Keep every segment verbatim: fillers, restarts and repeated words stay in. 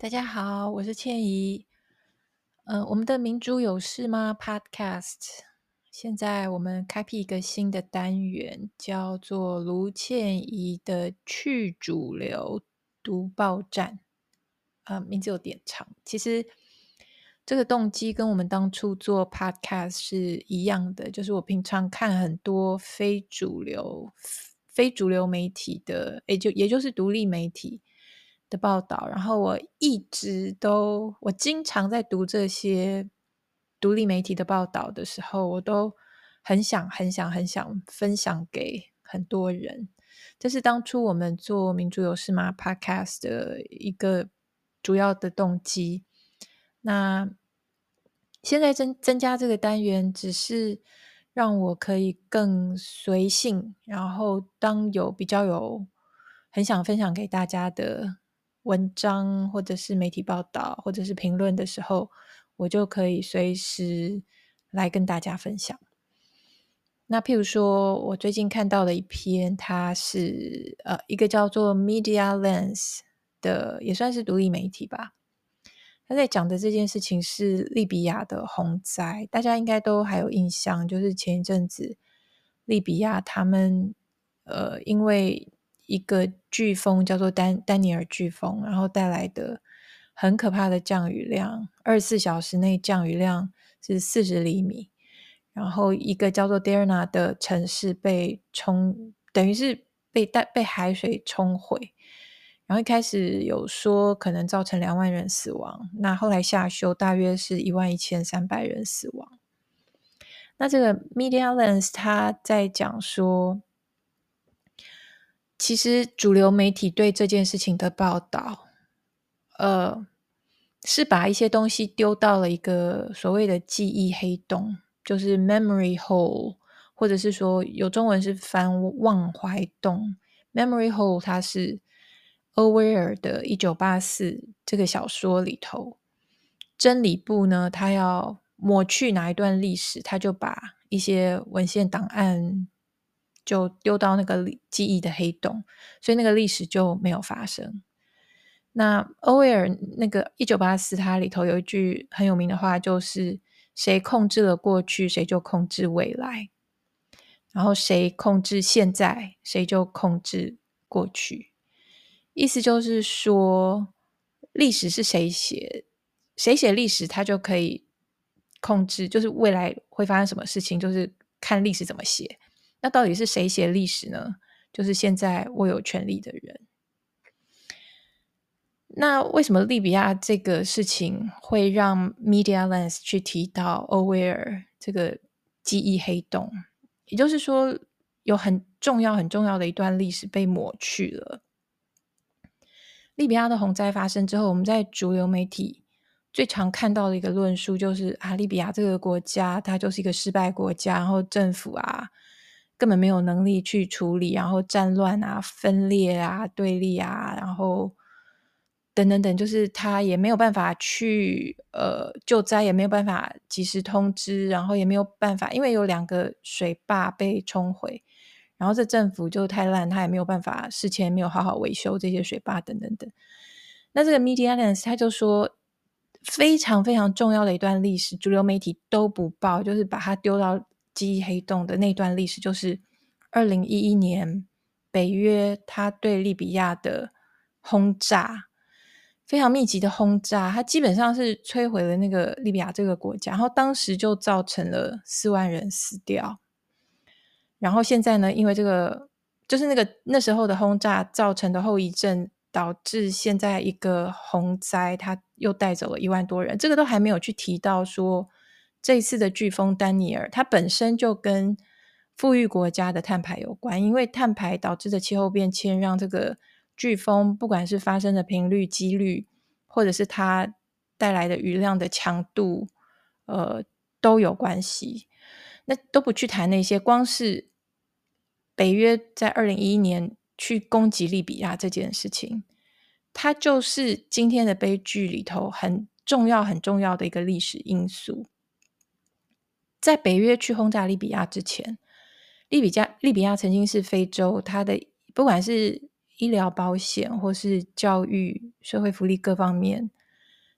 大家好，我是倩怡。呃，我们的民主有事吗 Podcast，现在我们开辟一个新的单元，叫做卢倩怡的去主流读报站。呃，名字有点长，其实这个动机跟我们当初做 Podcast 是一样的，就是我平常看很多非主流、非主流媒体的，也就也就是独立媒体的报道，然后我一直都，我经常在读这些独立媒体的报道的时候，我都很想、很想、很想分享给很多人。这是当初我们做民主有事吗 Podcast 的一个主要的动机。那现在增增加这个单元，只是让我可以更随性，然后当有比较有很想分享给大家的文章，或者是媒体报道，或者是评论的时候，我就可以随时来跟大家分享。那譬如说我最近看到的一篇，它是呃一个叫做 Media Lens 的，也算是独立媒体吧。他在讲的这件事情是利比亚的洪灾，大家应该都还有印象，就是前一阵子利比亚他们呃因为一个飓风叫做丹丹尼尔飓风，然后带来的很可怕的降雨量，二十四小时内降雨量是四十厘米。然后一个叫做 Derna 的城市被冲，等于是被带被海水冲毁。然后一开始有说可能造成两万人死亡，那后来下修大约是一万一千三百人死亡。那这个 Media Lens 他在讲说，其实主流媒体对这件事情的报道，呃，是把一些东西丢到了一个所谓的记忆黑洞，就是 memory hole， 或者是说有中文是翻忘怀洞。memory hole 它是欧威尔的《一九八四》这个小说里头，真理部呢，他要抹去哪一段历史，他就把一些文献档案就丢到那个记忆的黑洞，所以那个历史就没有发生。那欧威尔那个一九八四，它里头有一句很有名的话，就是谁控制了过去，谁就控制未来，然后谁控制现在，谁就控制过去。意思就是说，历史是谁写，谁写历史，他就可以控制，就是未来会发生什么事情，就是看历史怎么写。那到底是谁写历史呢？就是现在握有权力的人。那为什么利比亚这个事情会让 Media Lens 去提到欧威尔这个记忆黑洞？也就是说，有很重要很重要的一段历史被抹去了。利比亚的洪灾发生之后，我们在主流媒体最常看到的一个论述就是啊，利比亚这个国家它就是一个失败国家，然后政府啊根本没有能力去处理，然后战乱啊、分裂啊、对立啊，然后等等等，就是他也没有办法去呃救灾，也没有办法及时通知，然后也没有办法，因为有两个水坝被冲毁。然后这政府就太烂，他也没有办法，事前没有好好维修这些水坝等等等。那这个 Media Lens 他就说，非常非常重要的一段历史，主流媒体都不报，就是把它丢到记忆黑洞的那段历史，就是二零一一年北约他对利比亚的轰炸，非常密集的轰炸，它基本上是摧毁了那个利比亚这个国家，然后当时就造成了四万人死掉。然后现在呢，因为这个就是那个那时候的轰炸造成的后遗症，导致现在一个洪灾，它又带走了一万多人。这个都还没有去提到说，这一次的飓风丹尼尔，它本身就跟富裕国家的碳排有关，因为碳排导致的气候变迁，让这个飓风不管是发生的频率、几率，或者是它带来的雨量的强度，呃，都有关系。那都不去谈那些，光是北约在二零一一年去攻击利比亚这件事情，它就是今天的悲剧里头很重要很重要的一个历史因素。在北约去轰炸利比亚之前，利比亚利比亚曾经是非洲，它的不管是医疗保险或是教育、社会福利各方面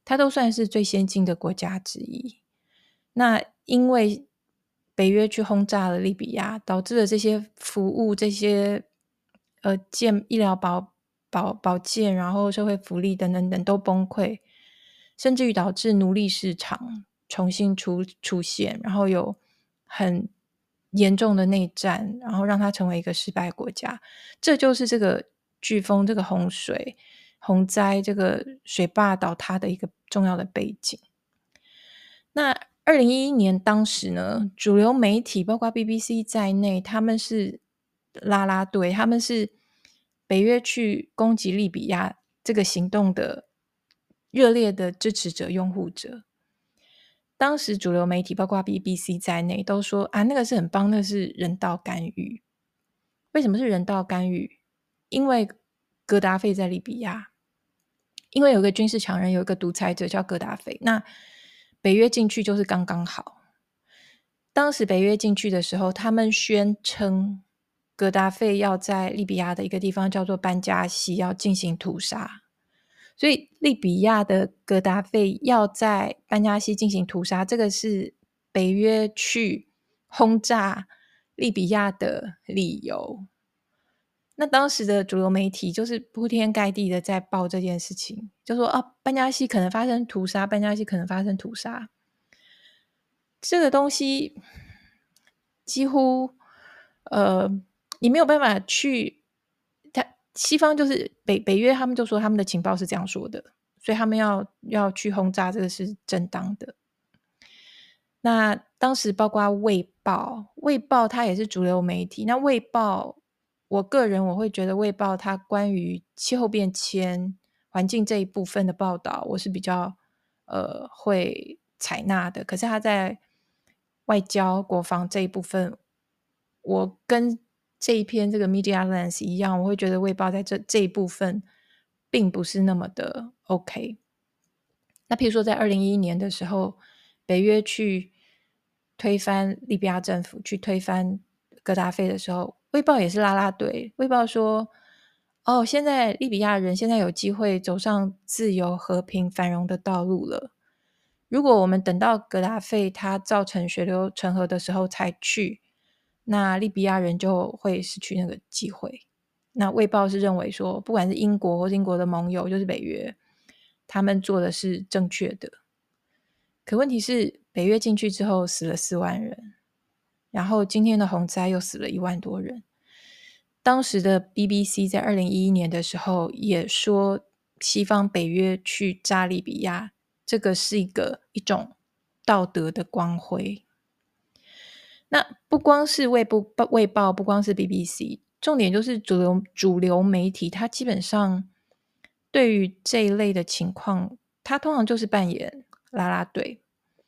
它都算是最先进的国家之一。那因为北约去轰炸了利比亚，导致了这些服务、这些呃健医疗保保保健，然后社会福利等等等都崩溃，甚至于导致奴隶市场重新出出现，然后有很严重的内战，然后让它成为一个失败国家。这就是这个飓风、这个洪水、洪灾、这个水坝倒塌的一个重要的背景。那二零一一年当时呢，主流媒体包括 B B C 在内，他们是啦啦队，他们是北约去攻击利比亚这个行动的热烈的支持者、拥护者。当时主流媒体包括 B B C 在内都说啊，那个是很棒，那个是人道干预。为什么是人道干预？因为格达费在利比亚，因为有个军事强人，有一个独裁者叫格达费，那北约进去就是刚刚好。当时北约进去的时候，他们宣称格达费要在利比亚的一个地方叫做班加西要进行屠杀，所以利比亚的格达费要在班加西进行屠杀，这个是北约去轰炸利比亚的理由。那当时的主流媒体就是铺天盖地的在报这件事情，就说啊，班加西可能发生屠杀，班加西可能发生屠杀。这个东西几乎呃，你没有办法去，他西方就是北北约，他们就说他们的情报是这样说的，所以他们要要去轰炸，这个是正当的。那当时包括卫报，卫报它也是主流媒体。那卫报，我个人我会觉得卫报它关于气候变迁、环境这一部分的报道，我是比较呃会采纳的。可是它在外交、国防这一部分，我跟这一篇这个 Media Lens 一样，我会觉得卫报在这这一部分并不是那么的 OK。那譬如说在二零一一年的时候，北约去推翻利比亚政府，去推翻格达费的时候，卫报也是啦啦队。卫报说，哦，现在利比亚人现在有机会走上自由、和平、繁荣的道路了。如果我们等到格达费他造成血流成河的时候才去，那利比亚人就会失去那个机会。那卫报是认为说，不管是英国或是英国的盟友，就是北约，他们做的是正确的。可问题是，北约进去之后死了四万人，然后今天的洪灾又死了一万多人。当时的 B B C 在二零一一年的时候也说，西方北约去炸利比亚，这个是一个一种道德的光辉。那不光是卫部卫报，不光是 B B C， 重点就是主流主流媒体，它基本上对于这一类的情况，它通常就是扮演啦啦队。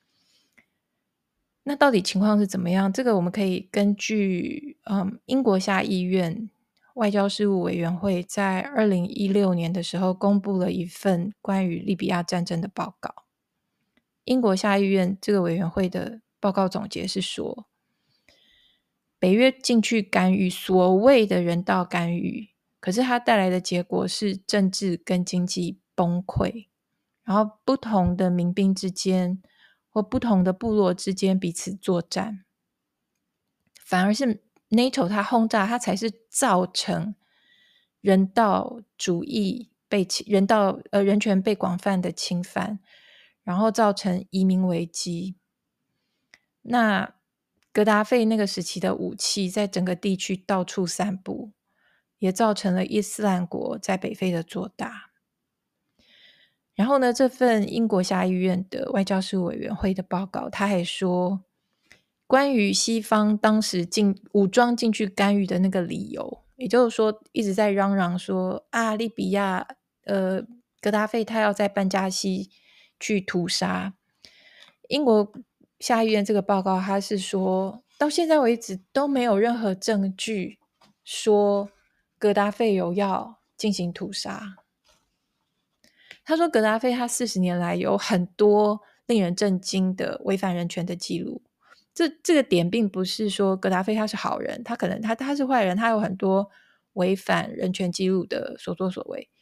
那到底情况是怎么样？这个我们可以根据嗯英国下议院外交事务委员会在二零一六年的时候公布了一份关于利比亚战争的报告。英国下议院这个委员会的报告总结是说，北约进去干预，所谓的人道干预，可是它带来的结果是政治跟经济崩溃，然后不同的民兵之间或不同的部落之间彼此作战，反而是 NATO 它轰炸，它才是造成人道主义被人道呃人权被广泛的侵犯，然后造成移民危机。那格达费那个时期的武器在整个地区到处散布，也造成了伊斯兰国在北非的做大。然后呢，这份英国下议院的外交事务委员会的报告，他还说，关于西方当时进武装进去干预的那个理由，也就是说一直在嚷嚷说啊，利比亚呃格达费他要在班加西去屠杀。英国下议院这个报告，他是说到现在为止都没有任何证据说格达费有要进行屠杀。他说格达费他四十年来有很多令人震惊的违反人权的记录。这这个点并不是说格达费他是好人，他可能他他是坏人，他有很多违反人权记录的所作所为。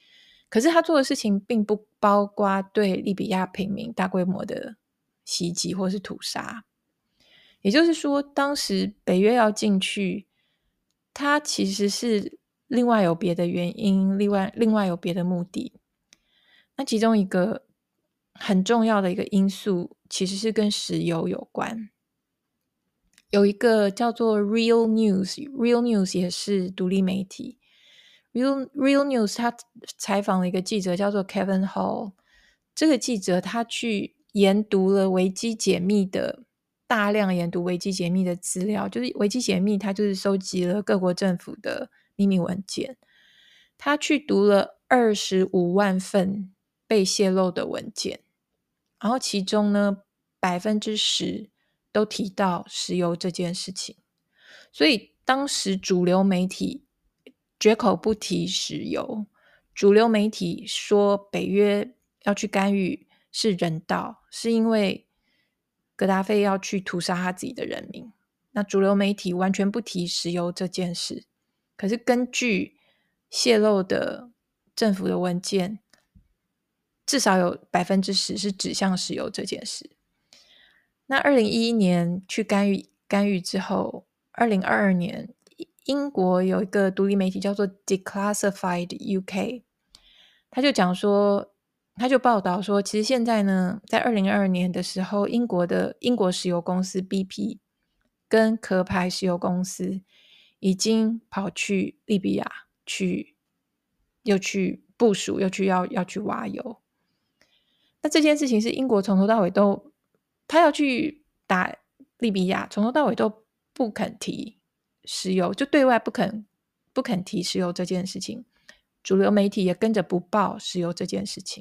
可是他做的事情并不包括对利比亚平民大规模的袭击或是屠杀。也就是说，当时北约要进去，它其实是另外有别的原因，另外另外有别的目的。那其中一个很重要的一个因素，其实是跟石油有关。有一个叫做 Real News，Real News 也是独立媒体。Real Real News 他采访了一个记者叫做 Kevin Hall， 这个记者他去研读了维基解密的大量研读维基解密的资料，就是维基解密它就是收集了各国政府的秘密文件，他去读了二十五万份被泄露的文件，然后其中呢百分之十都提到石油这件事情。所以当时主流媒体绝口不提石油，主流媒体说北约要去干预是人道，是因为格达费要去屠杀他自己的人民。那主流媒体完全不提石油这件事。可是根据泄露的政府的文件，至少有百分之十是指向石油这件事。那二零一一年去干预干预之后，二零二二年英国有一个独立媒体叫做 Declassified U K， 他就讲说，他就报道说，其实现在呢，在二零二二年的时候，英国的英国石油公司 B P 跟壳牌石油公司已经跑去利比亚去，又去部署，又去要要去挖油。那这件事情是英国从头到尾都，他要去打利比亚，从头到尾都不肯提石油，就对外不肯不肯提石油这件事情，主流媒体也跟着不报石油这件事情。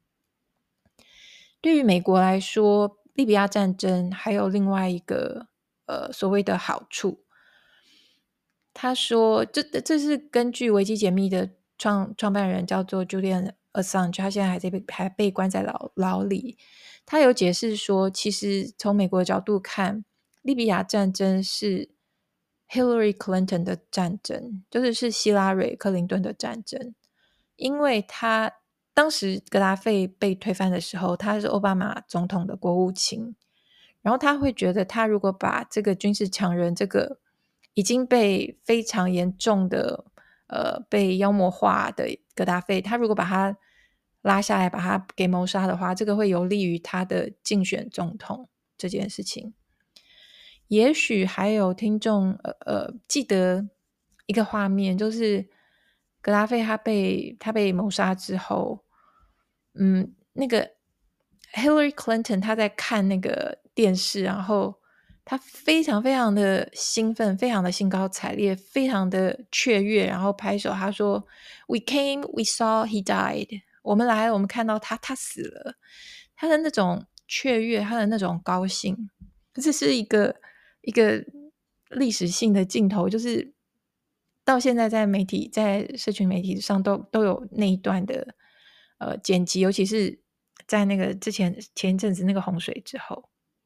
对于美国来说，利比亚战争还有另外一个呃所谓的好处，他说这这是根据维基解密的创创办人叫做 Julian Assange， 他现在还在被还被关在牢牢里。他有解释说，其实从美国的角度看，利比亚战争是 Hillary Clinton 的战争，就是是希拉蕊克林顿的战争。因为他当时格达费被推翻的时候，他是奥巴马总统的国务卿，然后他会觉得，他如果把这个军事强人这个已经被非常严重的呃被妖魔化的格达费，他如果把他拉下来，把他给谋杀的话，这个会有利于他的竞选总统这件事情。也许还有听众呃呃记得一个画面，就是格达费他被他被谋杀之后，嗯，那个 Hillary Clinton 他在看那个电视，然后他非常非常的兴奋，非常的兴高采烈，非常的雀跃，然后拍手，他说 We came, we saw, he died。 我们来了，我们看到他他死了。他的那种雀跃，他的那种高兴，这是一个一个历史性的镜头，就是到现在在媒体在社群媒体上都都有那一段的呃剪辑，尤其是在那个之前前一阵子那个洪水之后。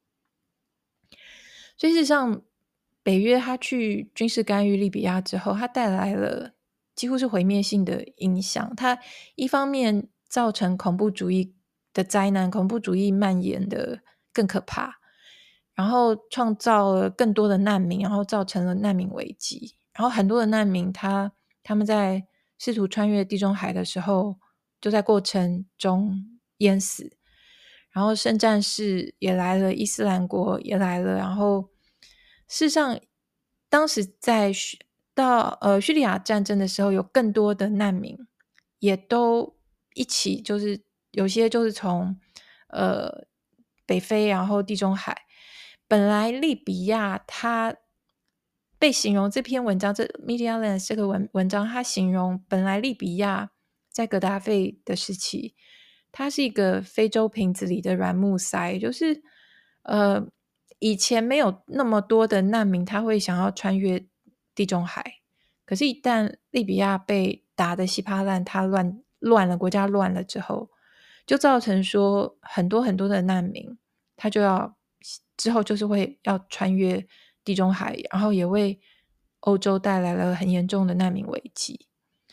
所以事实上，北约他去军事干预利比亚之后，他带来了几乎是毁灭性的影响。他一方面造成恐怖主义的灾难，恐怖主义蔓延的更可怕，然后创造了更多的难民，然后造成了难民危机。然后很多的难民他他们在试图穿越地中海的时候，就在过程中淹死。然后圣战士也来了，伊斯兰国也来了，然后事实上当时在到呃叙利亚战争的时候，有更多的难民也都一起，就是有些就是从呃北非，然后地中海。本来利比亚它被形容，这篇文章这 Media Lens 这个文文章，它形容本来利比亚在格达费的时期，它是一个非洲瓶子里的软木塞，就是呃以前没有那么多的难民，他会想要穿越地中海，可是一旦利比亚被打得稀巴烂，他乱乱了，国家乱了之后，就造成说很多很多的难民，他就要之后就是会要穿越地中海，然后也为欧洲带来了很严重的难民危机。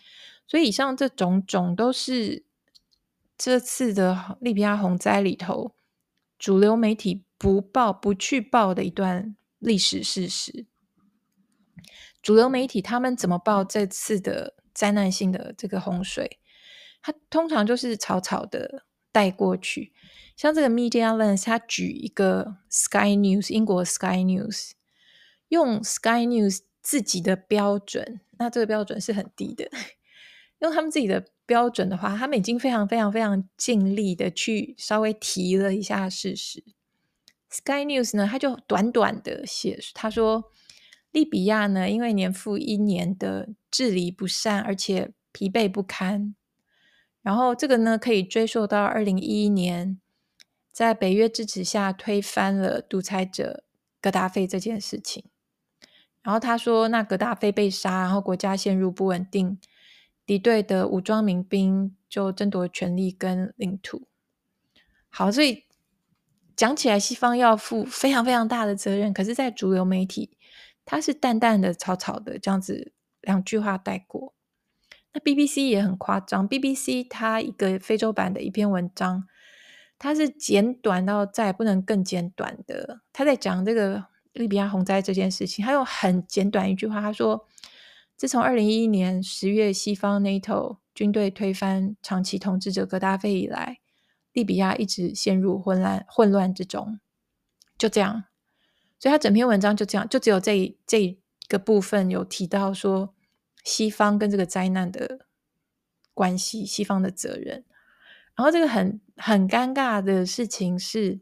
所以以上这种种都是这次的利比亚洪灾里头主流媒体不报不去报的一段历史事实。主流媒体他们怎么报这次的灾难性的这个洪水，它通常就是草草的带过去。像这个 Media Lens 它举一个 Sky News 英国 Sky News， 用 Sky News 自己的标准，那这个标准是很低的，用他们自己的标准的话，他们已经非常非常非常尽力的去稍微提了一下事实。Sky News 呢，他就短短的写，他说利比亚呢，因为年复一年的治理不善，而且疲惫不堪，然后这个呢可以追溯到二零一一年，在北约支持下推翻了独裁者格达费这件事情。然后他说，那格达费被杀，然后国家陷入不稳定，敌对的武装民兵就争夺权力跟领土。好，所以讲起来西方要负非常非常大的责任，可是在主流媒体它是淡淡的草草的这样子两句话带过。那 B B C 也很夸张， B B C 它一个非洲版的一篇文章，它是简短到再也不能更简短的，他在讲这个利比亚洪灾这件事情，他用很简短一句话，他说自从二零一一年十月西方 NATO 军队推翻长期统治者格达费以来，利比亚一直陷入混乱混乱之中，就这样。所以他整篇文章就这样，就只有这这个部分有提到说西方跟这个灾难的关系，西方的责任。然后这个很很尴尬的事情是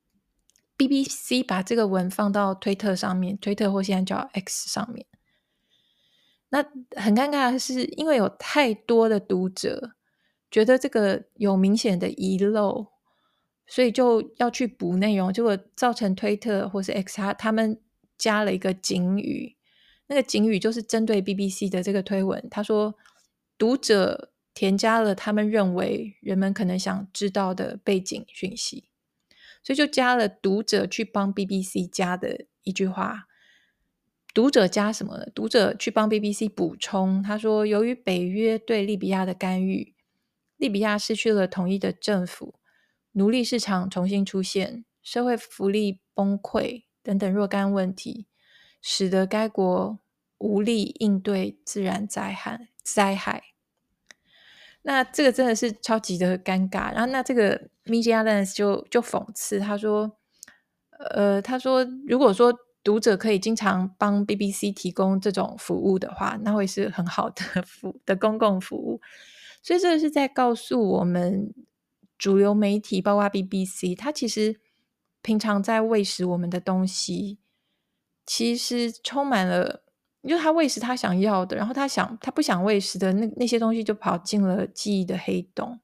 B B C 把这个文放到推特上面，推特或现在叫 X 上面。那很尴尬的是，因为有太多的读者觉得这个有明显的遗漏，所以就要去补内容，结果造成推特或是 X 他他们加了一个警语，那个警语就是针对 B B C 的这个推文，他说读者添加了他们认为人们可能想知道的背景讯息，所以就加了读者去帮 B B C 加的一句话。读者加什么呢？读者去帮 B B C 补充，他说由于北约对利比亚的干预，利比亚失去了统一的政府，奴隶市场重新出现，社会福利崩溃等等若干问题，使得该国无力应对自然灾害灾害。那这个真的是超级的尴尬。然后那这个 Media Lens 就就讽刺，他说呃，他说如果说读者可以经常帮 B B C 提供这种服务的话，那会是很好的服的公共服务。所以这是在告诉我们主流媒体包括 B B C， 它其实平常在喂食我们的东西其实充满了，就他喂食他想要的，然后他想他不想喂食的那那些东西就跑进了记忆的黑洞。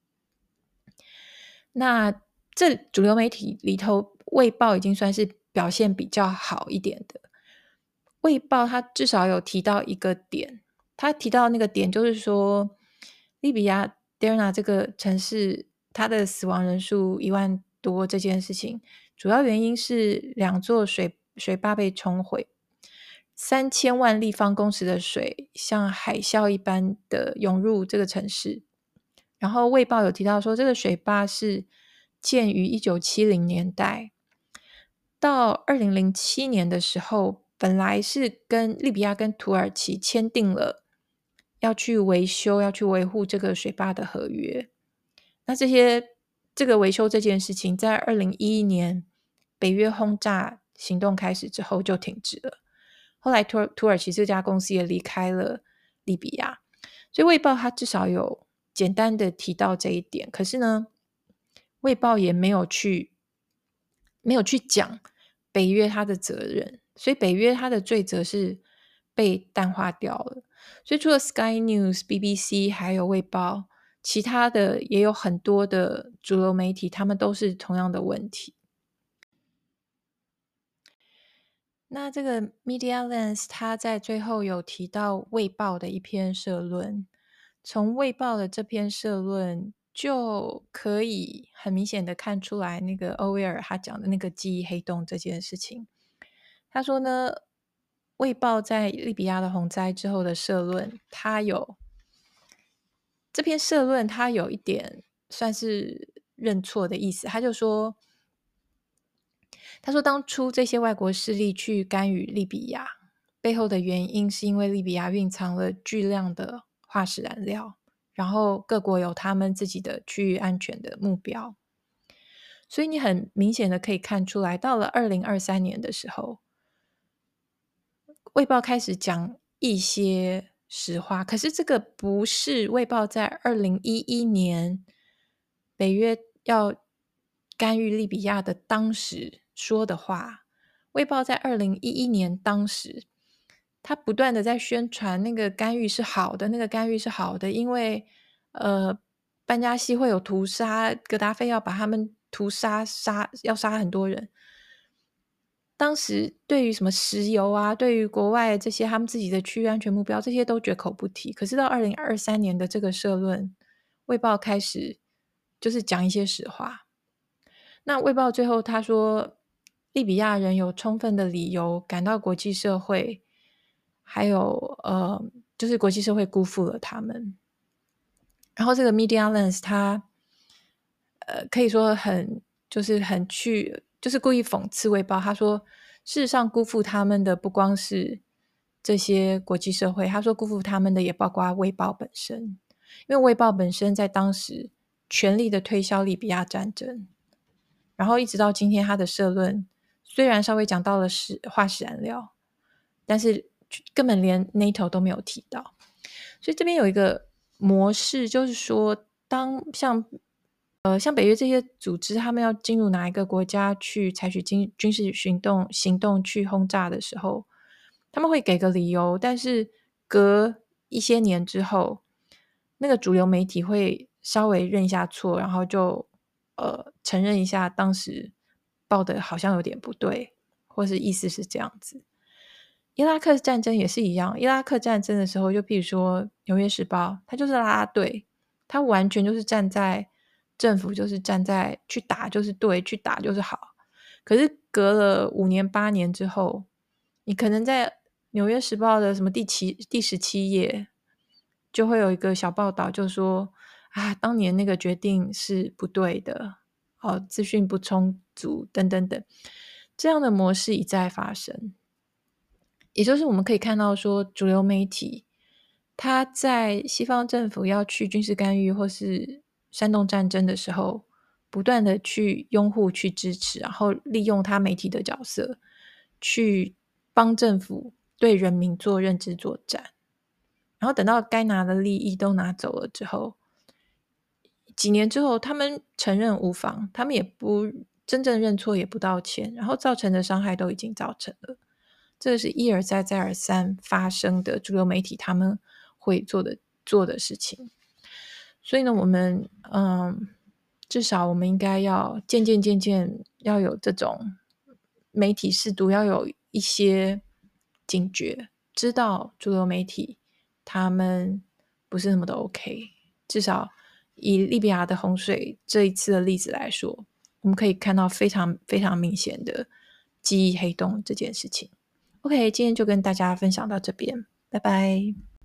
那这主流媒体里头，卫报已经算是表现比较好一点的。卫报它至少有提到一个点，他提到那个点就是说，利比亚 Derna 这个城市，它的死亡人数一万多这件事情，主要原因是两座水水坝被冲毁，三千万立方公尺的水像海啸一般的涌入这个城市。然后卫报有提到说，这个水坝是建于一九七零年代，到二零零七年的时候，本来是跟利比亚跟土耳其签订了要去维修要去维护这个水坝的合约。那这些这个维修这件事情在二零一一年北约轰炸行动开始之后就停止了，后来土土耳其这家公司也离开了利比亚。所以卫报它至少有简单的提到这一点，可是呢卫报也没有去没有去讲北约它的责任，所以北约它的罪责是被淡化掉了。所以除了 Sky News、B B C 还有卫报，其他的也有很多的主流媒体，他们都是同样的问题。那这个 Media Lens 他在最后有提到卫报的一篇社论，从卫报的这篇社论就可以很明显的看出来那个欧威尔他讲的那个记忆黑洞这件事情。他说呢，卫报在利比亚的洪灾之后的社论，他有这篇社论它有一点算是认错的意思，他就说他说当初这些外国势力去干预利比亚背后的原因是因为利比亚蕴藏了巨量的化石燃料，然后各国有他们自己的区域安全的目标，所以你很明显的可以看出来，到了二零二三年的时候，卫报开始讲一些实话，可是这个不是卫报在二零一一年北约要干预利比亚的当时说的话。卫报在二零一一年当时他不断的在宣传那个干预是好的，那个干预是好的，因为呃班加西会有屠杀，格达费要把他们屠杀，杀要杀很多人。当时对于什么石油啊，对于国外这些他们自己的区域安全目标，这些都绝口不提。可是到二零二三年的这个社论，卫报开始就是讲一些实话。那卫报最后他说，利比亚人有充分的理由感到国际社会还有呃，就是国际社会辜负了他们。然后这个 Media Lens 他呃，可以说很就是很去就是故意讽刺卫报，他说事实上辜负他们的不光是这些国际社会，他说辜负他们的也包括卫报本身，因为卫报本身在当时全力的推销利比亚战争，然后一直到今天他的社论虽然稍微讲到了是化石燃料，但是根本连 NATO 都没有提到。所以这边有一个模式，就是说当像呃，像北约这些组织，他们要进入哪一个国家去采取军军事行动行动去轰炸的时候，他们会给个理由，但是隔一些年之后，那个主流媒体会稍微认一下错，然后就呃承认一下当时报的好像有点不对，或是意思是这样子。伊拉克战争也是一样，伊拉克战争的时候，就比如说《纽约时报》，它就是啦啦队，它完全就是站在政府就是站在去打就是对，去打就是好。可是隔了五年八年之后，你可能在《纽约时报》的什么第七第十七页，就会有一个小报道，就说啊，当年那个决定是不对的，哦，资讯不充足等等等，这样的模式一再发生。也就是我们可以看到说，主流媒体它在西方政府要去军事干预或是煽动战争的时候，不断的去拥护、去支持，然后利用他媒体的角色去帮政府对人民做认知作战。然后等到该拿的利益都拿走了之后，几年之后他们承认无妨，他们也不真正认错，也不道歉，然后造成的伤害都已经造成了。这个是一而再再而三发生的主流媒体他们会做的做的事情。所以呢，我们嗯，至少我们应该要渐渐渐渐要有这种媒体识读，要有一些警觉，知道主流媒体他们不是那么的 OK。至少以利比亚的洪水这一次的例子来说，我们可以看到非常非常明显的记忆黑洞这件事情。OK，今天就跟大家分享到这边，拜拜。